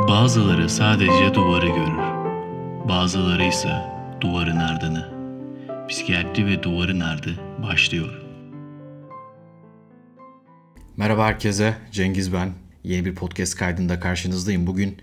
Bazıları sadece duvarı görür. Bazıları ise duvarın ardını. Psikiyatri ve duvarın ardı başlıyor. Merhaba herkese, Cengiz ben. Yeni bir podcast kaydında karşınızdayım. Bugün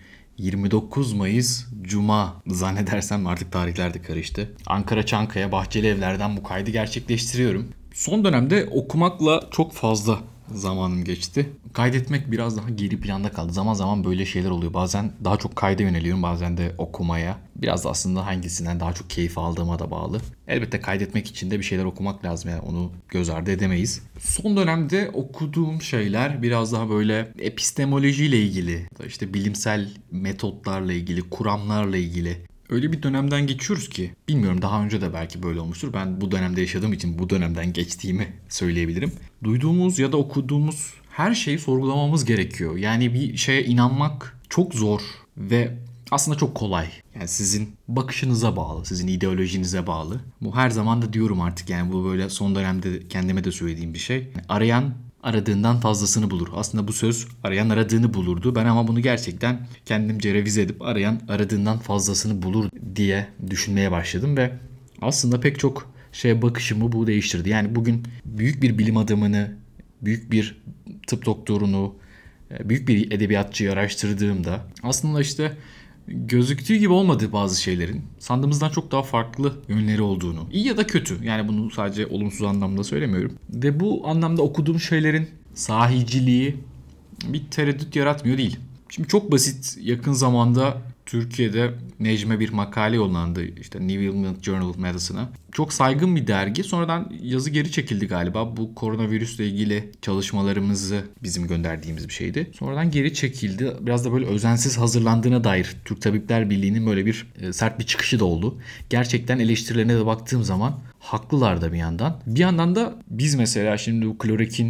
29 Mayıs Cuma, zannedersem artık tarihler de karıştı. Ankara Çankaya Bahçeli Evler'den bu kaydı gerçekleştiriyorum. Son dönemde okumakla çok fazla zamanım geçti. Kaydetmek biraz daha geri planda kaldı. Zaman zaman böyle şeyler oluyor. Bazen daha çok kayda yöneliyorum, bazen de okumaya. Biraz da aslında hangisinden daha çok keyif aldığıma da bağlı. Elbette kaydetmek için de bir şeyler okumak lazım. Yani onu göz ardı edemeyiz. Son dönemde okuduğum şeyler biraz daha böyle epistemolojiyle ilgili, işte bilimsel metotlarla ilgili, kuramlarla ilgili. Öyle bir dönemden geçiyoruz ki, bilmiyorum, daha önce de belki böyle olmuştur. Ben bu dönemde yaşadığım için bu dönemden geçtiğimi söyleyebilirim. Duyduğumuz ya da okuduğumuz her şeyi sorgulamamız gerekiyor. Yani bir şeye inanmak çok zor ve aslında çok kolay. Yani sizin bakışınıza bağlı, sizin ideolojinize bağlı. Bu her zaman da diyorum artık, yani bu böyle son dönemde kendime de söylediğim bir şey. Arayan aradığından fazlasını bulur. Aslında bu söz arayan aradığını bulurdu. Ben ama bunu gerçekten kendimce revize edip arayan aradığından fazlasını bulur diye düşünmeye başladım ve aslında pek çok şeye bakışımı bu değiştirdi. Yani bugün büyük bir bilim adamını, büyük bir tıp doktorunu, büyük bir edebiyatçıyı araştırdığımda aslında işte gözüktüğü gibi olmadığı bazı şeylerin sandığımızdan çok daha farklı yönleri olduğunu, iyi ya da kötü, yani bunu sadece olumsuz anlamda söylemiyorum. Ve bu anlamda okuduğum şeylerin sahiciliği bir tereddüt yaratmıyor değil. Şimdi çok basit, yakın zamanda Türkiye'de Necme bir makale yollandı, işte New England Journal of Medicine'a. Çok saygın bir dergi. Sonradan yazı geri çekildi galiba. Bu koronavirüsle ilgili çalışmalarımızı bizim gönderdiğimiz bir şeydi. Sonradan geri çekildi. Biraz da böyle özensiz hazırlandığına dair Türk Tabipler Birliği'nin böyle bir sert bir çıkışı da oldu. Gerçekten eleştirilerine de baktığım zaman haklılar da bir yandan. Bir yandan da biz mesela şimdi bu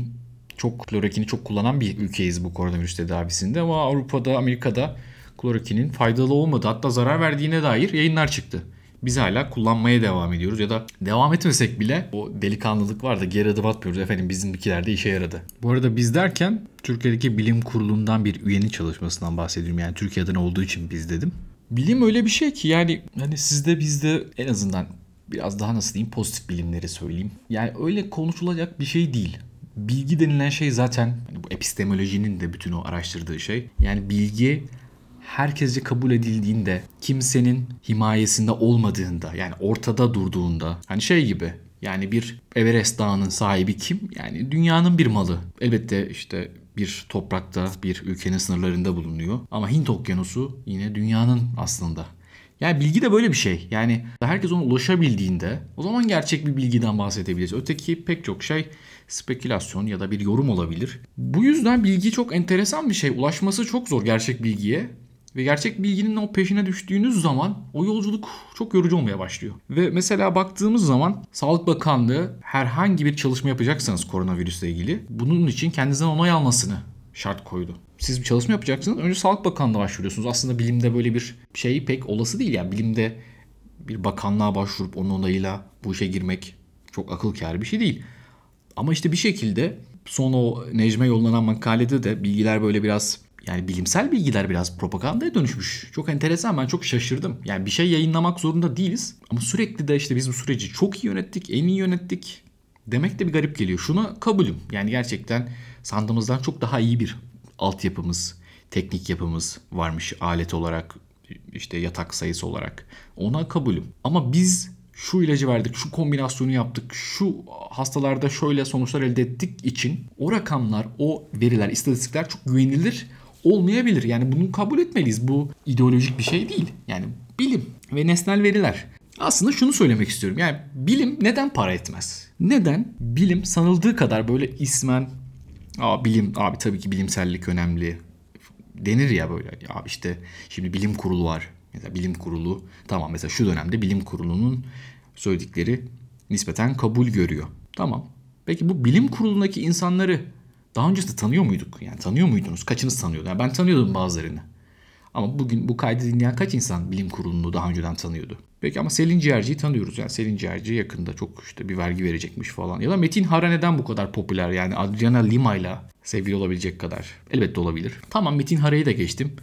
klorakini çok kullanan bir ülkeyiz bu koronavirüs tedavisinde, ama Avrupa'da, Amerika'da klorokinin faydalı olmadığı, hatta zarar verdiğine dair yayınlar çıktı. Biz hala kullanmaya devam ediyoruz ya da devam etmesek bile o delikanlılık var da geri adım atmıyoruz. Efendim bizimkiler de işe yaradı. Bu arada biz derken Türkiye'deki bilim kurulundan bir üyenin çalışmasından bahsediyorum. Yani Türkiye adına olduğu için biz dedim. Bilim öyle bir şey ki, yani hani sizde bizde en azından biraz daha, nasıl diyeyim, pozitif bilimleri söyleyeyim. Yani öyle konuşulacak bir şey değil. Bilgi denilen şey zaten, hani bu epistemolojinin de bütün o araştırdığı şey. Yani bilgi herkesce kabul edildiğinde, kimsenin himayesinde olmadığında, yani ortada durduğunda, hani şey gibi, yani bir Everest Dağı'nın sahibi kim? Yani dünyanın bir malı. Elbette işte bir toprakta, bir ülkenin sınırlarında bulunuyor. Ama Hint Okyanusu yine dünyanın aslında. Yani bilgi de böyle bir şey. Yani herkes ona ulaşabildiğinde o zaman gerçek bir bilgiden bahsedebiliriz. Öteki pek çok şey spekülasyon ya da bir yorum olabilir. Bu yüzden bilgi çok enteresan bir şey. Ulaşması çok zor gerçek bilgiye. Ve gerçek bilginin o peşine düştüğünüz zaman o yolculuk çok yorucu olmaya başlıyor. Ve mesela baktığımız zaman Sağlık Bakanlığı herhangi bir çalışma yapacaksanız koronavirüsle ilgili, bunun için kendinizden onay almasını şart koydu. Siz bir çalışma yapacaksınız, önce Sağlık Bakanlığı'na başvuruyorsunuz. Aslında bilimde böyle bir şey pek olası değil. Yani bilimde bir bakanlığa başvurup onun onayıyla bu işe girmek çok akıl kârı bir şey değil. Ama işte bir şekilde son o Necme yollanan makalede de bilgiler böyle biraz, yani bilimsel bilgiler biraz propagandaya dönüşmüş. Çok enteresan, ben çok şaşırdım. Yani bir şey yayınlamak zorunda değiliz. Ama sürekli de işte biz bu süreci çok iyi yönettik, en iyi yönettik demek de bir garip geliyor. Şuna kabulüm. Yani gerçekten sandığımızdan çok daha iyi bir altyapımız, teknik yapımız varmış alet olarak, işte yatak sayısı olarak. Ona kabulüm. Ama biz şu ilacı verdik, şu kombinasyonu yaptık, şu hastalarda şöyle sonuçlar elde ettik için o rakamlar, o veriler, istatistikler çok güvenilir olmayabilir. Yani bunu kabul etmeliyiz. Bu ideolojik bir şey değil. Yani bilim ve nesnel veriler. Aslında şunu söylemek istiyorum. Yani bilim neden para etmez? Neden bilim sanıldığı kadar böyle ismen bilim abi, tabii ki bilimsellik önemli denir ya böyle. Ya işte şimdi bilim kurulu var. Mesela bilim kurulu, tamam, mesela şu dönemde bilim kurulunun söyledikleri nispeten kabul görüyor. Tamam. Peki bu bilim kurulundaki insanları daha öncesinde tanıyor muyduk? Yani tanıyor muydunuz? Kaçınız tanıyordu? Yani ben tanıyordum bazılarını. Ama bugün bu kaydı dinleyen kaç insan bilim kurulunu daha önceden tanıyordu? Peki ama Selin Ciğerci'yi tanıyoruz. Yani Selin Ciğerci yakında çok işte bir vergi verecekmiş falan. Ya da Metin Hara neden bu kadar popüler? Yani Adriana Lima'yla sevgili olabilecek kadar. Elbette olabilir. Tamam, Metin Hara'yı da geçtim.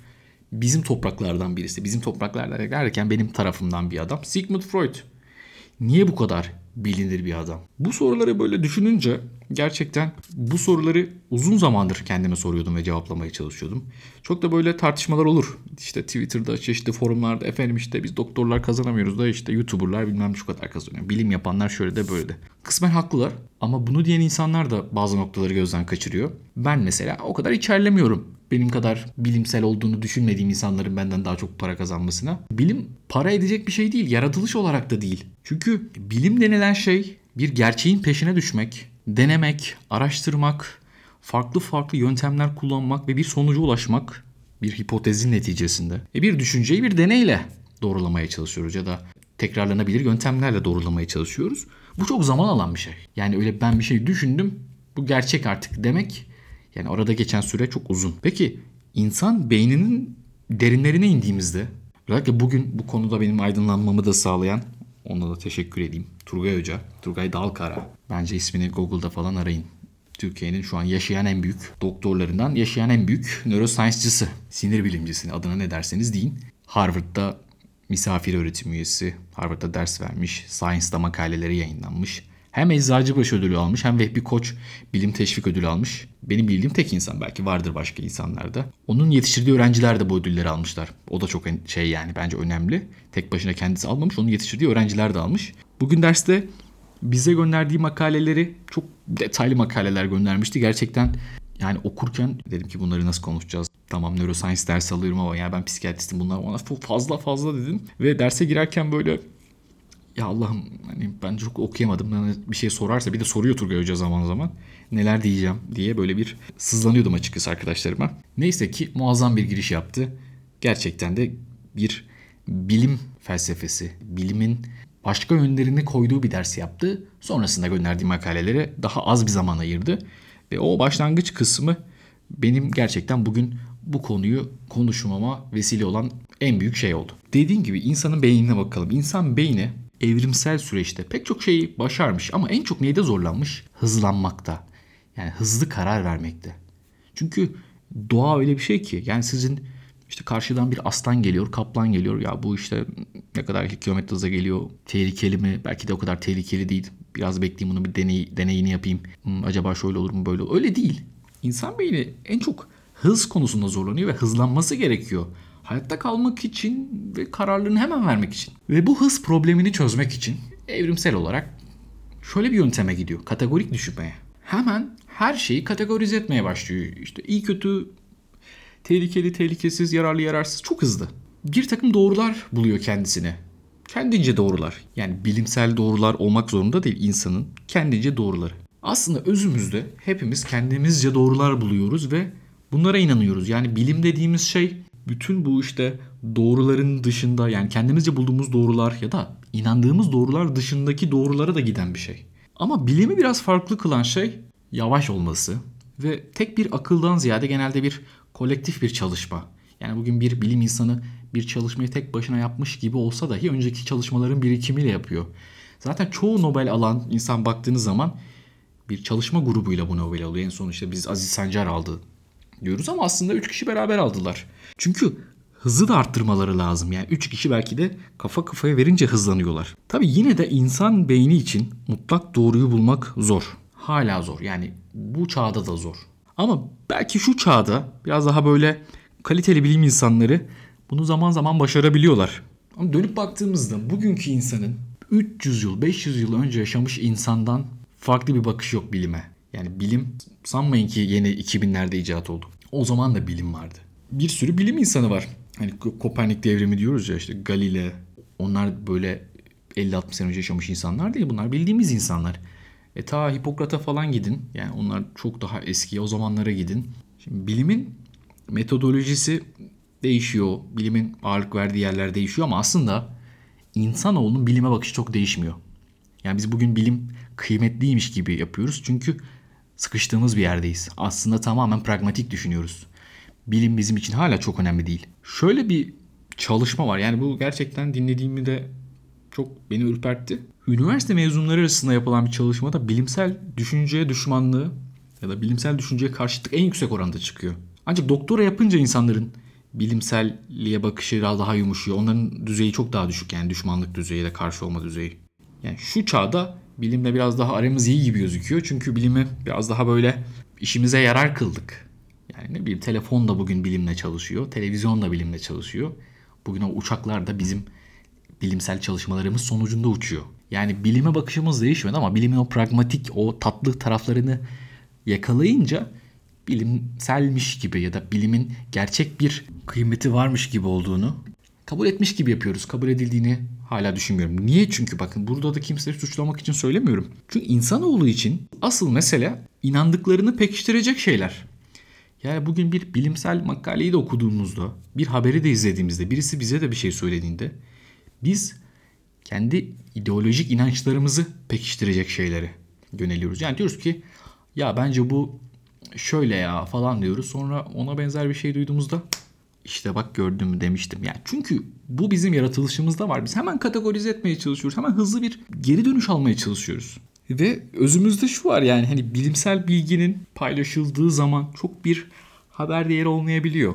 bizim topraklardan birisi. Bizim topraklardan derken benim tarafımdan bir adam. Sigmund Freud. Niye bu kadar bilinir bir adam? Bu soruları böyle düşününce gerçekten bu soruları uzun zamandır kendime soruyordum ve cevaplamaya çalışıyordum. Çok da böyle tartışmalar olur. İşte Twitter'da, çeşitli forumlarda efendim işte biz doktorlar kazanamıyoruz da işte YouTuber'lar bilmem şu kadar kazanıyor. Bilim yapanlar şöyle de böyle de. Kısmen haklılar ama bunu diyen insanlar da bazı noktaları gözden kaçırıyor. Ben mesela o kadar içerlemiyorum. Benim kadar bilimsel olduğunu düşünmediğim insanların benden daha çok para kazanmasına. Bilim para edecek bir şey değil, yaratılış olarak da değil. Çünkü bilim denilen şey bir gerçeğin peşine düşmek, denemek, araştırmak, farklı farklı yöntemler kullanmak ve bir sonuca ulaşmak bir hipotezin neticesinde. Bir düşünceyi bir deneyle doğrulamaya çalışıyoruz ya da tekrarlanabilir yöntemlerle doğrulamaya çalışıyoruz. Bu çok zaman alan bir şey. Yani öyle ben bir şey düşündüm, bu gerçek artık demek, yani arada geçen süre çok uzun. Peki insan beyninin derinlerine indiğimizde, özellikle bugün bu konuda benim aydınlanmamı da sağlayan, ona da teşekkür edeyim, Turgay Hoca, Turgay Dalkara. Bence ismini Google'da falan arayın. Türkiye'nin şu an yaşayan en büyük doktorlarından, yaşayan en büyük neuroscience'cısı, sinir bilimcisi, adına ne derseniz deyin. Harvard'da misafir öğretim üyesi, Harvard'da ders vermiş, Science'da makaleleri yayınlanmış. Hem Eczacıbaşı ödülü almış hem Vehbi Koç bilim teşvik ödülü almış. Benim bildiğim tek insan, belki vardır başka insanlarda. Onun yetiştirdiği öğrenciler de bu ödülleri almışlar. O da çok yani bence önemli. Tek başına kendisi almamış, onun yetiştirdiği öğrenciler de almış. Bugün derste bize gönderdiği makaleleri, çok detaylı makaleler göndermişti. Gerçekten yani okurken dedim ki bunları nasıl konuşacağız? Tamam, neuroscience dersi alıyorum ama ya ben psikiyatristim, bunlar bana fazla dedim. Ve derse girerken böyle ya Allah'ım hani ben çok okuyamadım. Bana bir şey sorarsa, bir de soruyor Turgay Hoca zaman zaman. Neler diyeceğim diye böyle bir sızlanıyordum açıkçası arkadaşlarıma. Neyse ki muazzam bir giriş yaptı. Gerçekten de bir bilim felsefesi, bilimin başka yönlerini koyduğu bir ders yaptı. Sonrasında gönderdiği makalelere daha az bir zaman ayırdı. Ve o başlangıç kısmı benim gerçekten bugün bu konuyu konuşmama vesile olan en büyük şey oldu. Dediğim gibi insanın beynine bakalım. İnsan beyni evrimsel süreçte pek çok şeyi başarmış ama en çok neyde zorlanmış? Hızlanmakta. Yani hızlı karar vermekte. Çünkü doğa öyle bir şey ki, yani sizin işte karşıdan bir aslan geliyor, kaplan geliyor. Ya bu işte ne kadar kilometre hıza geliyor, tehlikeli mi? Belki de o kadar tehlikeli değil. Biraz bekleyeyim, bunu bir deneyini yapayım. Acaba şöyle olur mu, böyle olur. Öyle değil. İnsan beyni en çok hız konusunda zorlanıyor ve hızlanması gerekiyor. Hayatta kalmak için ve kararlarını hemen vermek için. Ve bu hız problemini çözmek için evrimsel olarak şöyle bir yönteme gidiyor. Kategorik düşünmeye. Hemen her şeyi kategorize etmeye başlıyor. İşte iyi kötü, tehlikeli, tehlikesiz, yararlı, yararsız, çok hızlı. Bir takım doğrular buluyor kendisine. Kendince doğrular. Yani bilimsel doğrular olmak zorunda değil, insanın kendince doğruları. Aslında özümüzde hepimiz kendimizce doğrular buluyoruz ve bunlara inanıyoruz. Yani bilim dediğimiz şey bütün bu işte doğruların dışında, yani kendimizce bulduğumuz doğrular ya da inandığımız doğrular dışındaki doğrulara da giden bir şey. Ama bilimi biraz farklı kılan şey yavaş olması ve tek bir akıldan ziyade genelde bir kolektif bir çalışma. Yani bugün bir bilim insanı bir çalışmayı tek başına yapmış gibi olsa dahi önceki çalışmaların birikimiyle yapıyor. Zaten çoğu Nobel alan insan baktığınız zaman bir çalışma grubuyla bu Nobel alıyor. En son işte biz Aziz Sancar aldı diyoruz ama aslında 3 kişi beraber aldılar. Çünkü hızı da arttırmaları lazım. Yani 3 kişi belki de kafa kafaya verince hızlanıyorlar. Tabii yine de insan beyni için mutlak doğruyu bulmak zor. Hala zor. Yani bu çağda da zor. Ama belki şu çağda biraz daha böyle kaliteli bilim insanları bunu zaman zaman başarabiliyorlar. Ama dönüp baktığımızda bugünkü insanın 300 yıl, 500 yıl önce yaşamış insandan farklı bir bakış yok bilime. Yani bilim sanmayın ki yeni 2000'lerde icat oldu. O zaman da bilim vardı. Bir sürü bilim insanı var. Hani Kopernik devrimi diyoruz ya, işte Galile. Onlar böyle 50-60 sene önce yaşamış insanlar değil. Bunlar bildiğimiz insanlar. Ta Hipokrat'a falan gidin. Yani onlar çok daha eski. O zamanlara gidin. Şimdi bilimin metodolojisi değişiyor. Bilimin ağırlık verdiği yerler değişiyor ama aslında insanoğlunun bilime bakışı çok değişmiyor. Yani biz bugün bilim kıymetliymiş gibi yapıyoruz. Çünkü sıkıştığımız bir yerdeyiz. Aslında tamamen pragmatik düşünüyoruz. Bilim bizim için hala çok önemli değil. Şöyle bir çalışma var. Yani bu gerçekten dinlediğimi de çok beni ürpertti. Üniversite mezunları arasında yapılan bir çalışmada bilimsel düşünceye düşmanlığı ya da bilimsel düşünceye karşıtlık en yüksek oranda çıkıyor. Ancak doktora yapınca insanların bilimselliğe bakışı biraz daha yumuşuyor. Onların düzeyi çok daha düşük, yani düşmanlık düzeyi de karşı olma düzeyi. Yani şu çağda bilimle biraz daha aramız iyi gibi gözüküyor. Çünkü bilimi biraz daha böyle işimize yarar kıldık. Yani ne bileyim, telefon da bugün bilimle çalışıyor. Televizyon da bilimle çalışıyor. Bugün o uçaklar da bizim bilimsel çalışmalarımız sonucunda uçuyor. Yani bilime bakışımız değişmedi ama bilimin o pragmatik, o tatlı taraflarını yakalayınca bilimselmiş gibi ya da bilimin gerçek bir kıymeti varmış gibi olduğunu kabul etmiş gibi yapıyoruz. Kabul edildiğini hala düşünmüyorum. Niye? Çünkü bakın, burada da kimseyi suçlamak için söylemiyorum. Çünkü insanoğlu için asıl mesele inandıklarını pekiştirecek şeyler. Yani bugün bir bilimsel makaleyi de okuduğumuzda, bir haberi de izlediğimizde, birisi bize de bir şey söylediğinde biz kendi ideolojik inançlarımızı pekiştirecek şeylere yöneliyoruz. Yani diyoruz ki ya bence bu şöyle ya falan diyoruz. Sonra ona benzer bir şey duyduğumuzda işte bak gördün mü demiştim. Yani çünkü bu bizim yaratılışımızda var. Biz hemen kategorize etmeye çalışıyoruz. Hemen hızlı bir geri dönüş almaya çalışıyoruz. Ve özümüzde şu var, yani hani bilimsel bilginin paylaşıldığı zaman çok bir haber değeri olmayabiliyor.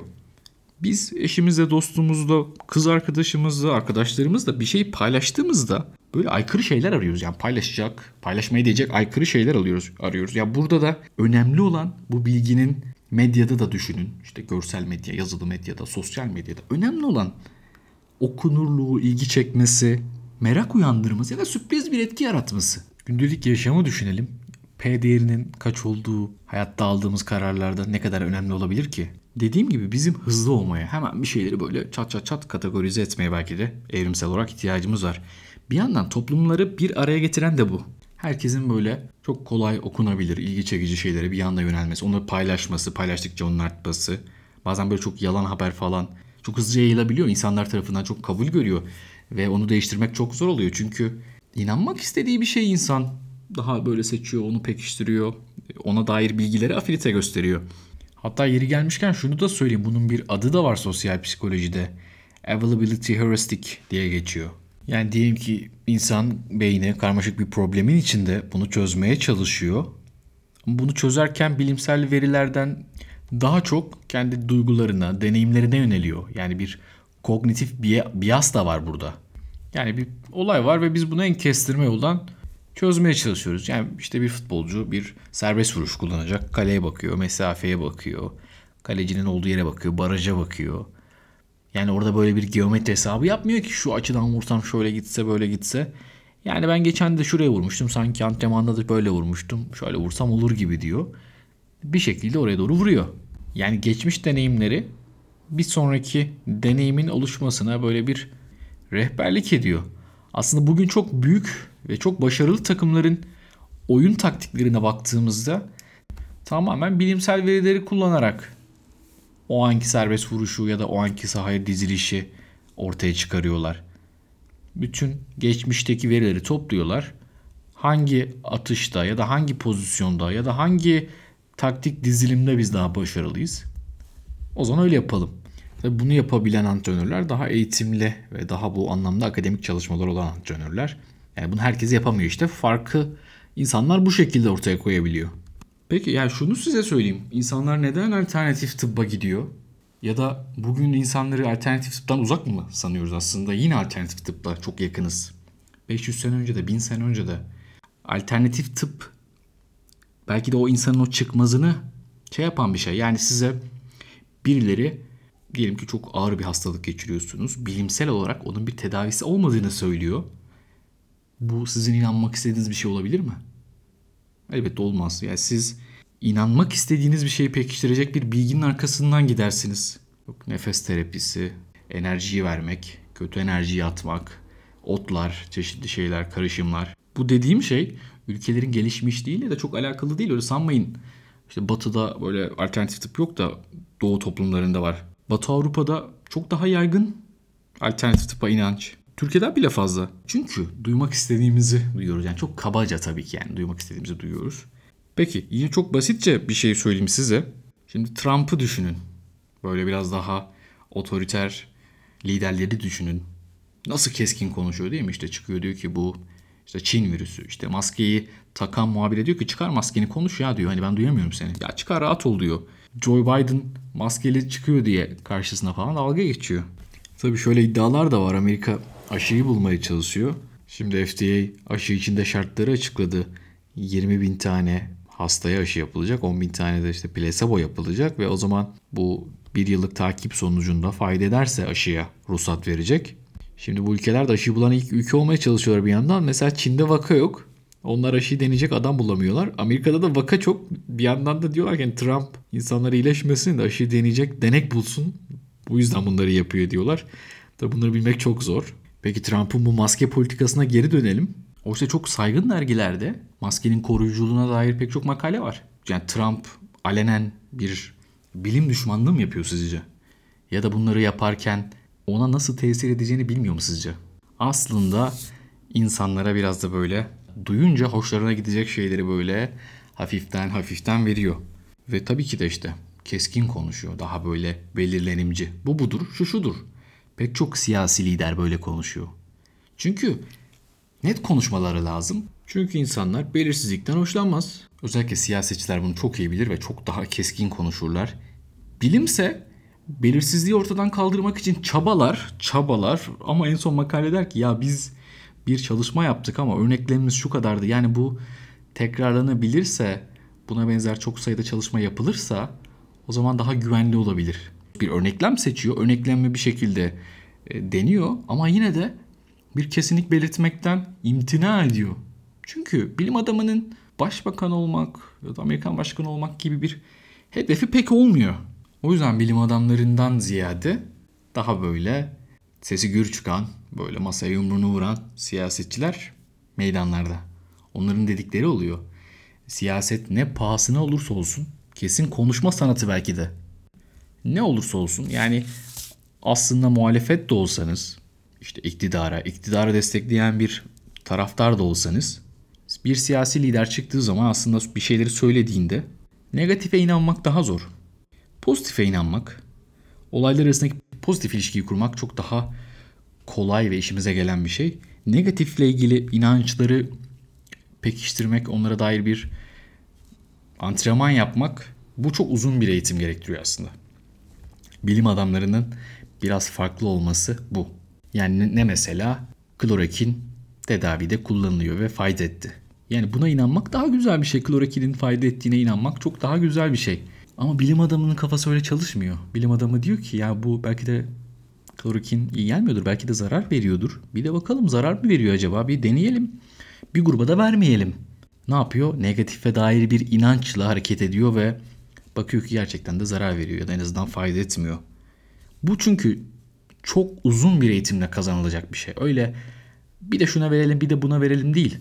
Biz eşimizle, dostumuzla, kız arkadaşımızla, arkadaşlarımızla bir şey paylaştığımızda böyle aykırı şeyler arıyoruz. Yani paylaşmaya değecek aykırı şeyler arıyoruz. Ya burada da önemli olan bu bilginin medyada da düşünün. İşte görsel medya, yazılı medyada, sosyal medyada. Önemli olan okunurluğu, ilgi çekmesi, merak uyandırması ya da sürpriz bir etki yaratması. Gündelik yaşamı düşünelim. P değerinin kaç olduğu hayatta aldığımız kararlarda ne kadar önemli olabilir ki? Dediğim gibi bizim hızlı olmaya, hemen bir şeyleri böyle çat çat çat kategorize etmeye belki de evrimsel olarak ihtiyacımız var. Bir yandan toplumları bir araya getiren de bu. Herkesin böyle çok kolay okunabilir, ilgi çekici şeylere bir anda yönelmesi, onları paylaşması, paylaştıkça onun artması. Bazen böyle çok yalan haber falan çok hızlıca yayılabiliyor. İnsanlar tarafından çok kabul görüyor ve onu değiştirmek çok zor oluyor. Çünkü inanmak istediği bir şey insan daha böyle seçiyor, onu pekiştiriyor. Ona dair bilgileri afilite gösteriyor. Hatta yeri gelmişken şunu da söyleyeyim. Bunun bir adı da var sosyal psikolojide. Availability heuristic diye geçiyor. Yani diyelim ki insan beyni karmaşık bir problemin içinde bunu çözmeye çalışıyor. Ama bunu çözerken bilimsel verilerden daha çok kendi duygularına, deneyimlerine yöneliyor. Yani bir kognitif bias da var burada. Yani bir olay var ve biz bunu en kestirme yoldan çözmeye çalışıyoruz. Yani işte bir futbolcu bir serbest vuruş kullanacak. Kaleye bakıyor, mesafeye bakıyor. Kalecinin olduğu yere bakıyor, baraja bakıyor. Yani orada böyle bir geometri hesabı yapmıyor ki şu açıdan vursam şöyle gitse böyle gitse. Yani ben geçen de şuraya vurmuştum. Sanki antrenmanda da böyle vurmuştum. Şöyle vursam olur gibi diyor. Bir şekilde oraya doğru vuruyor. Yani geçmiş deneyimleri bir sonraki deneyimin oluşmasına böyle bir rehberlik ediyor. Aslında bugün çok büyük ve çok başarılı takımların oyun taktiklerine baktığımızda tamamen bilimsel verileri kullanarak o anki serbest vuruşu ya da o anki sahaya dizilişi ortaya çıkarıyorlar. Bütün geçmişteki verileri topluyorlar. Hangi atışta ya da hangi pozisyonda ya da hangi taktik dizilimde biz daha başarılıyız? O zaman öyle yapalım. Tabii bunu yapabilen antrenörler daha eğitimli ve daha bu anlamda akademik çalışmalar olan antrenörler. Yani bunu herkes yapamıyor işte. Farkı insanlar bu şekilde ortaya koyabiliyor. Peki yani şunu size söyleyeyim. İnsanlar neden alternatif tıbba gidiyor? Ya da bugün insanları alternatif tıptan uzak mı sanıyoruz aslında? Yine alternatif tıpla çok yakınız. 500 sene önce de 1000 sene önce de alternatif tıp belki de o insanın o çıkmazını yapan bir şey. Yani size birileri diyelim ki çok ağır bir hastalık geçiriyorsunuz. Bilimsel olarak onun bir tedavisi olmadığını söylüyor. Bu sizin inanmak istediğiniz bir şey olabilir mi? Elbette olmaz. Yani siz inanmak istediğiniz bir şeyi pekiştirecek bir bilginin arkasından gidersiniz. Yok, nefes terapisi, enerjiyi vermek, kötü enerjiyi atmak, otlar, çeşitli şeyler, karışımlar. Bu dediğim şey ülkelerin gelişmişliğiyle de çok alakalı değil. Öyle sanmayın. İşte batıda böyle alternatif tıp yok da doğu toplumlarında var. Batı Avrupa'da çok daha yaygın alternatif tıpa inanç. Türkiye'den bile fazla. Çünkü duymak istediğimizi duyuyoruz. Yani çok kabaca tabii ki, yani duymak istediğimizi duyuyoruz. Peki yine çok basitçe bir şey söyleyeyim size. Şimdi Trump'ı düşünün. Böyle biraz daha otoriter liderleri düşünün. Nasıl keskin konuşuyor değil mi? İşte çıkıyor diyor ki bu İşte Çin virüsü. İşte maskeyi takan muhabire diyor ki çıkar maskeni konuş ya diyor. Hani ben duyamıyorum seni. Ya çıkar rahat ol diyor. Joe Biden maskeli çıkıyor diye karşısına falan dalga geçiyor. Tabii şöyle iddialar da var. Amerika aşıyı bulmaya çalışıyor. Şimdi FDA aşı içinde şartları açıkladı. 20 bin tane hastaya aşı yapılacak. 10 bin tane de işte plasebo yapılacak. Ve o zaman bu bir yıllık takip sonucunda fayda ederse aşıya ruhsat verecek. Şimdi bu ülkeler de aşıyı bulan ilk ülke olmaya çalışıyorlar bir yandan. Mesela Çin'de vaka yok. Onlar aşıyı deneyecek adam bulamıyorlar. Amerika'da da vaka çok. Bir yandan da diyorlar ki yani Trump insanlar iyileşmesin de aşıyı deneyecek denek bulsun. Bu yüzden bunları yapıyor diyorlar. Tabi bunları bilmek çok zor. Peki Trump'ın bu maske politikasına geri dönelim. Oysa çok saygın dergilerde maskenin koruyuculuğuna dair pek çok makale var. Yani Trump alenen bir bilim düşmanlığı mı yapıyor sizce? Ya da bunları yaparken ona nasıl tesir edeceğini bilmiyor mu sizce? Aslında insanlara biraz da böyle duyunca hoşlarına gidecek şeyleri böyle hafiften veriyor. Ve tabii ki de işte keskin konuşuyor. Daha böyle belirlenimci. Bu budur, şu şudur. Pek çok siyasi lider böyle konuşuyor. Çünkü net konuşmaları lazım. Çünkü insanlar belirsizlikten hoşlanmaz. Özellikle siyasetçiler bunu çok iyi bilir ve çok daha keskin konuşurlar. Bilimse belirsizliği ortadan kaldırmak için çabalar ama en son makale der ki ya biz bir çalışma yaptık ama örneklerimiz şu kadardı. Yani bu tekrarlanabilirse, buna benzer çok sayıda çalışma yapılırsa o zaman daha güvenli olabilir. Bir örneklem seçiyor, örneklemle bir şekilde deniyor ama yine de bir kesinlik belirtmekten imtina ediyor. Çünkü bilim adamının başbakan olmak ya da Amerikan başkanı olmak gibi bir hedefi pek olmuyor. O yüzden bilim adamlarından ziyade daha böyle sesi gür çıkan, böyle masaya yumruğunu vuran siyasetçiler meydanlarda. Onların dedikleri oluyor. Siyaset ne pahasına olursa olsun, kesin konuşma sanatı belki de. Ne olursa olsun yani aslında muhalefet de olsanız, işte iktidarı destekleyen bir taraftar da olsanız, bir siyasi lider çıktığı zaman aslında bir şeyleri söylediğinde negatife inanmak daha zor. Pozitife inanmak, olaylar arasındaki pozitif ilişkiyi kurmak çok daha kolay ve işimize gelen bir şey. Negatifle ilgili inançları pekiştirmek, onlara dair bir antrenman yapmak bu çok uzun bir eğitim gerektiriyor aslında. Bilim adamlarının biraz farklı olması bu. Yani ne mesela? Klorokin tedavide kullanılıyor ve fayda etti. Yani buna inanmak daha güzel bir şey. Klorokinin fayda ettiğine inanmak çok daha güzel bir şey. Ama bilim adamının kafası öyle çalışmıyor. Bilim adamı diyor ki ya bu belki de klorokin iyi gelmiyordur. Belki de zarar veriyordur. Bir de bakalım zarar mı veriyor acaba? Bir deneyelim. Bir gruba da vermeyelim. Ne yapıyor? Negatife dair bir inançla hareket ediyor ve bakıyor ki gerçekten de zarar veriyor ya da en azından fayda etmiyor. Bu çünkü çok uzun bir eğitimle kazanılacak bir şey. Öyle bir de şuna verelim bir de buna verelim değil.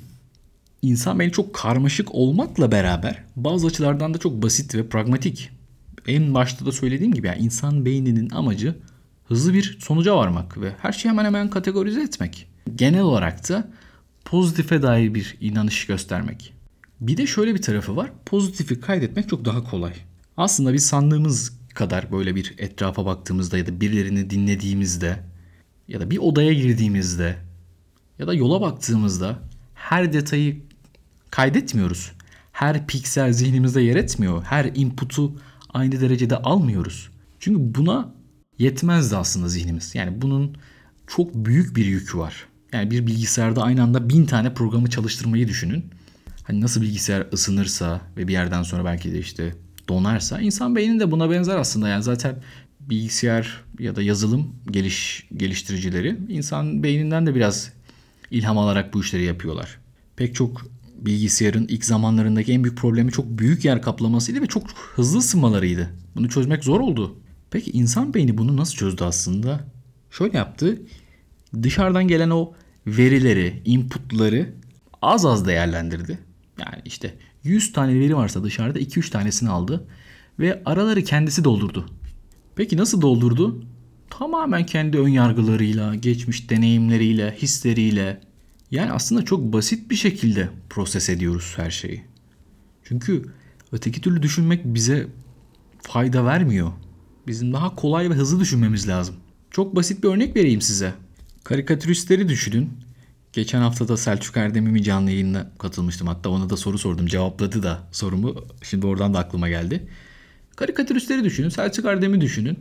İnsan beyni çok karmaşık olmakla beraber bazı açılardan da çok basit ve pragmatik. En başta da söylediğim gibi yani insan beyninin amacı hızlı bir sonuca varmak ve her şeyi hemen hemen kategorize etmek. Genel olarak da pozitife dair bir inanış göstermek. Bir de şöyle bir tarafı var. Pozitifi kaydetmek çok daha kolay. Aslında biz sandığımız kadar böyle bir etrafa baktığımızda ya da birilerini dinlediğimizde ya da bir odaya girdiğimizde ya da yola baktığımızda her detayı kaydetmiyoruz. Her piksel zihnimizde yer etmiyor. Her input'u aynı derecede almıyoruz. Çünkü buna yetmezdi aslında zihnimiz. Yani bunun çok büyük bir yükü var. Yani bir bilgisayarda aynı anda 1000 tane programı çalıştırmayı düşünün. Hani nasıl bilgisayar ısınırsa ve bir yerden sonra belki de işte donarsa insan beyni de buna benzer aslında. Yani zaten bilgisayar ya da yazılım geliştiricileri insan beyninden de biraz ilham alarak bu işleri yapıyorlar. Pek çok bilgisayarın ilk zamanlarındaki en büyük problemi çok büyük yer kaplamasıydı ve çok hızlı ısınmalarıydı. Bunu çözmek zor oldu. Peki insan beyni bunu nasıl çözdü aslında? Şöyle yaptı. Dışarıdan gelen o verileri, inputları az az değerlendirdi. Yani işte 100 tane veri varsa dışarıda 2-3 tanesini aldı ve araları kendisi doldurdu. Peki nasıl doldurdu? Tamamen kendi ön yargılarıyla, geçmiş deneyimleriyle, hisleriyle. Yani aslında çok basit bir şekilde proses ediyoruz her şeyi. Çünkü öteki türlü düşünmek bize fayda vermiyor. Bizim daha kolay ve hızlı düşünmemiz lazım. Çok basit bir örnek vereyim size. Karikatüristleri düşünün. Geçen hafta da Selçuk Erdem'in bir canlı yayınına katılmıştım. Hatta ona da soru sordum. Cevapladı da sorumu. Şimdi oradan da aklıma geldi. Karikatüristleri düşünün. Selçuk Erdem'i düşünün.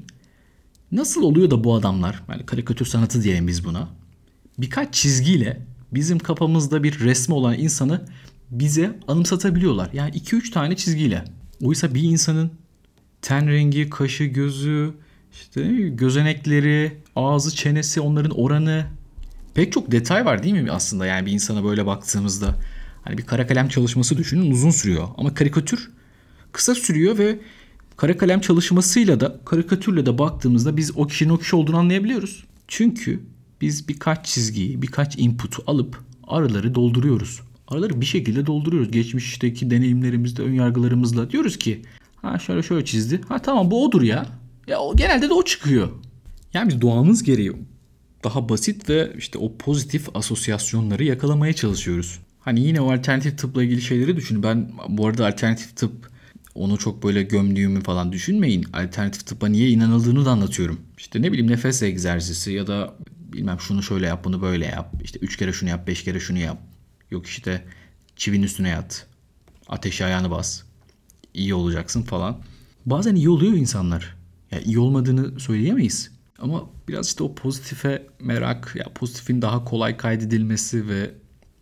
Nasıl oluyor da bu adamlar, yani karikatür sanatı diyelim biz buna, birkaç çizgiyle bizim kafamızda bir resmi olan insanı bize anımsatabiliyorlar. Yani 2-3 tane çizgiyle. Oysa bir insanın ten rengi, kaşı, gözü, işte gözenekleri, ağzı, çenesi, onların oranı, pek çok detay var değil mi aslında? Yani bir insana böyle baktığımızda hani bir kara kalem çalışması düşünün, uzun sürüyor. Ama karikatür kısa sürüyor ve kara kalem çalışmasıyla da karikatürle de baktığımızda biz o kişinin o kişi olduğunu anlayabiliyoruz. Çünkü biz birkaç çizgiyi, birkaç input'u alıp araları dolduruyoruz. Araları bir şekilde dolduruyoruz. Geçmişteki deneyimlerimizle, önyargılarımızla diyoruz ki ha şöyle şöyle çizdi. Ha tamam bu odur ya. Ya o, genelde de o çıkıyor. Yani biz doğamız gereği daha basit ve işte o pozitif asosyasyonları yakalamaya çalışıyoruz. Hani yine o alternatif tıpla ilgili şeyleri düşünün. Ben bu arada alternatif tıp, onu çok böyle gömdüğümü falan düşünmeyin. Alternatif tıbba niye inanıldığını da anlatıyorum. İşte ne bileyim nefes egzersizi ya da bilmem şunu şöyle yap bunu böyle yap. İşte 3 kere şunu yap 5 kere şunu yap. Yok işte çivinin üstüne yat. Ateşe ayağını bas. İyi olacaksın falan. Bazen iyi oluyor insanlar. Ya iyi olmadığını söyleyemeyiz. Ama biraz işte o pozitife merak, ya pozitifin daha kolay kaydedilmesi ve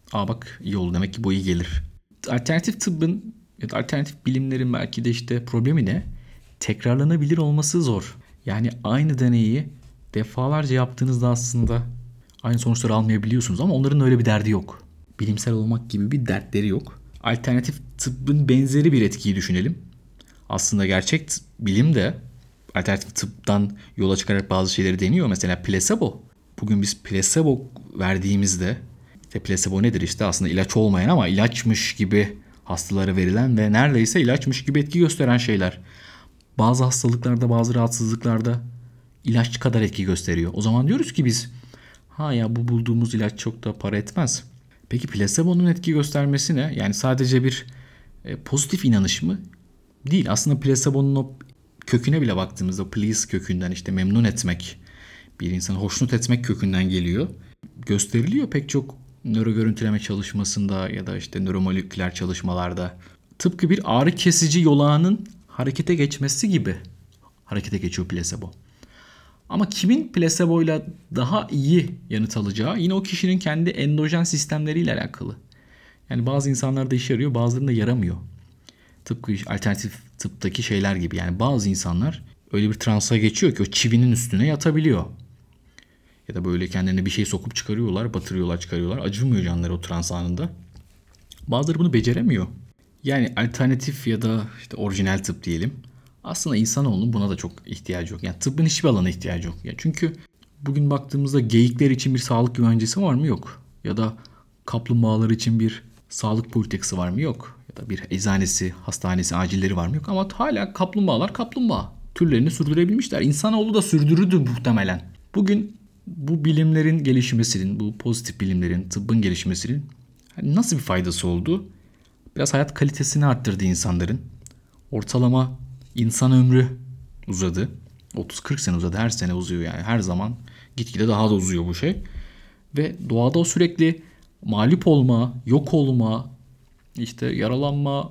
bak iyi oldu demek ki bu iyi gelir. Alternatif tıbbın ya da alternatif bilimlerin belki de işte problemi ne? Tekrarlanabilir olması zor. Yani aynı deneyi defalarca yaptığınızda aslında aynı sonuçları almayabiliyorsunuz ama onların öyle bir derdi yok. Bilimsel olmak gibi bir dertleri yok. Alternatif tıbbın benzeri bir etkiyi düşünelim. Aslında gerçek bilim de alternatif tıptan yola çıkarak bazı şeyleri deniyor. Mesela plasebo. Bugün biz plasebo verdiğimizde, işte plasebo nedir işte aslında ilaç olmayan ama ilaçmış gibi hastalara verilen ve neredeyse ilaçmış gibi etki gösteren şeyler. Bazı hastalıklarda, bazı rahatsızlıklarda ilaç kadar etki gösteriyor. O zaman diyoruz ki biz ha ya bu bulduğumuz ilaç çok da para etmez. Peki plasebonun etki göstermesi ne? Yani sadece bir pozitif inanış mı? Değil. Aslında plasebonun o köküne bile baktığımızda please kökünden, işte memnun etmek, bir insanı hoşnut etmek kökünden geliyor. Gösteriliyor pek çok nöro görüntüleme çalışmasında ya da işte nöromoleküler çalışmalarda. Tıpkı bir ağrı kesici yolağının harekete geçmesi gibi harekete geçiyor plasebo. Ama kimin plaseboyla daha iyi yanıt alacağı yine o kişinin kendi endojen sistemleriyle alakalı. Yani bazı insanlarda işe yarıyor, bazılarında yaramıyor. Tıpkı alternatif tıptaki şeyler gibi. Yani bazı insanlar öyle bir transa geçiyor ki o çivinin üstüne yatabiliyor. Ya da böyle kendilerine bir şey sokup çıkarıyorlar, batırıyorlar, çıkarıyorlar. Acımıyor canları o trans anında. Bazıları bunu beceremiyor. Yani alternatif ya da işte orijinal tıp diyelim. Aslında insanoğlunun buna da çok ihtiyacı yok. Yani tıbbın hiçbir alana ihtiyacı yok. Ya çünkü bugün baktığımızda geyikler için bir sağlık güvencesi var mı? Yok. Ya da kaplumbağalar için bir sağlık politikası var mı? Yok. Ya da bir eczanesi, hastanesi, acilleri var mı? Yok. Ama hala kaplumbağalar kaplumbağa. Türlerini sürdürebilmişler. İnsanoğlu da sürdürürdü muhtemelen. Bugün bu bilimlerin gelişmesinin, bu pozitif bilimlerin, tıbbın gelişmesinin nasıl bir faydası oldu? Biraz hayat kalitesini arttırdı insanların. Ortalama insan ömrü uzadı. 30-40 sene uzadı. Her sene uzuyor yani. Her zaman gitgide daha da uzuyor bu şey. Ve doğada o sürekli mağlup olma, yok olma, işte yaralanma,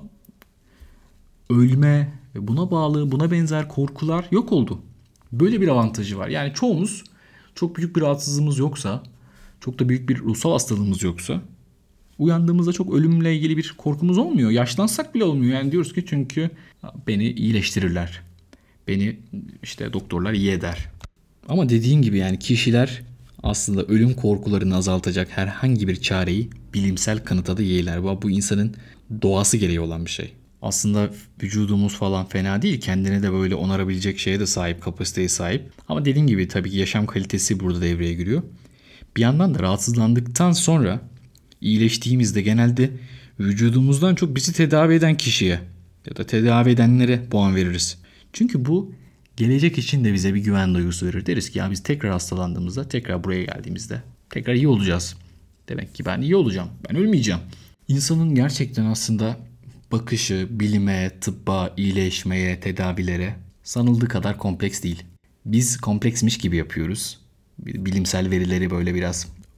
ölme ve buna bağlı, buna benzer korkular yok oldu. Böyle bir avantajı var. Yani çoğumuz çok büyük bir rahatsızlığımız yoksa, çok da büyük bir ruhsal hastalığımız yoksa uyandığımızda çok ölümle ilgili bir korkumuz olmuyor. Yaşlansak bile olmuyor. Yani diyoruz ki çünkü beni iyileştirirler. Beni işte doktorlar iyi eder. Ama dediğim gibi yani kişiler aslında ölüm korkularını azaltacak herhangi bir çareyi bilimsel kanıta da yeğler. Bu insanın doğası gereği olan bir şey. Aslında vücudumuz falan fena değil. Kendine de böyle onarabilecek şeye de sahip, kapasiteye sahip. Ama dediğim gibi tabii ki yaşam kalitesi burada devreye giriyor. Bir yandan da rahatsızlandıktan sonra iyileştiğimizde genelde vücudumuzdan çok bizi tedavi eden kişiye ya da tedavi edenlere puan veririz. Çünkü bu gelecek için de bize bir güven duygusu verir. Deriz ki ya biz tekrar hastalandığımızda, tekrar buraya geldiğimizde tekrar iyi olacağız. Demek ki ben iyi olacağım. Ben ölmeyeceğim. İnsanın gerçekten aslında bakışı bilime, tıbba, iyileşmeye, tedavilere sanıldığı kadar kompleks değil. Biz kompleksmiş gibi yapıyoruz. Bilimsel verileri böyle biraz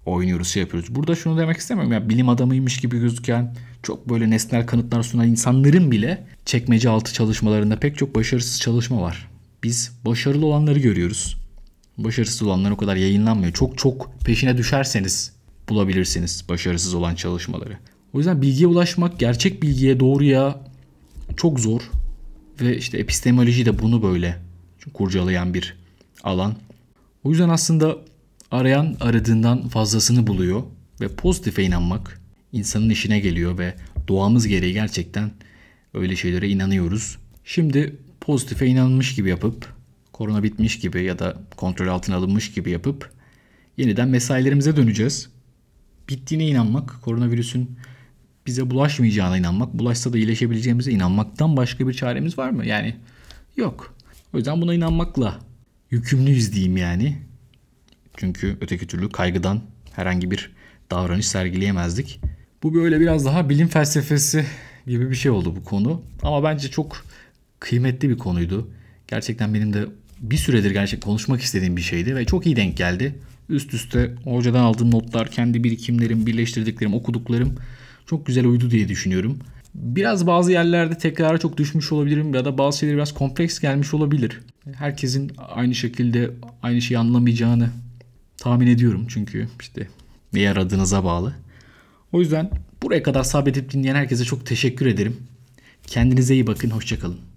oynuyoruz, şey yapıyoruz. Burada şunu demek istemiyorum ya, bilim adamıymış gibi gözüken, çok böyle nesnel kanıtlar sunan insanların bile çekmece altı çalışmalarında pek çok başarısız çalışma var. Biz başarılı olanları görüyoruz. Başarısız olanlar o kadar yayınlanmıyor. Çok çok peşine düşerseniz bulabilirsiniz başarısız olan çalışmaları. O yüzden bilgiye ulaşmak, gerçek bilgiye, doğruya çok zor. Ve işte epistemoloji de bunu böyle kurcalayan bir alan. O yüzden aslında arayan aradığından fazlasını buluyor. Ve pozitife inanmak insanın işine geliyor ve doğamız gereği gerçekten öyle şeylere inanıyoruz. Şimdi pozitife inanmış gibi yapıp, korona bitmiş gibi ya da kontrol altına alınmış gibi yapıp yeniden mesailerimize döneceğiz. Bittiğine inanmak, koronavirüsün bize bulaşmayacağına inanmak, bulaşsa da iyileşebileceğimize inanmaktan başka bir çaremiz var mı? Yani yok. O yüzden buna inanmakla yükümlüyüz diyeyim yani. Çünkü öteki türlü kaygıdan herhangi bir davranış sergileyemezdik. Bu böyle biraz daha bilim felsefesi gibi bir şey oldu bu konu. Ama bence çok kıymetli bir konuydu. Gerçekten benim de bir süredir gerçekten konuşmak istediğim bir şeydi ve çok iyi denk geldi. Üst üste hocadan aldığım notlar, kendi birikimlerim, birleştirdiklerim, okuduklarım çok güzel uydu diye düşünüyorum. Biraz bazı yerlerde tekrara çok düşmüş olabilirim ya da bazı şeyler biraz kompleks gelmiş olabilir. Herkesin aynı şekilde aynı şeyi anlamayacağını tahmin ediyorum çünkü işte neyi aradığınıza bağlı. O yüzden buraya kadar sabredip dinleyen herkese çok teşekkür ederim. Kendinize iyi bakın, hoşça kalın.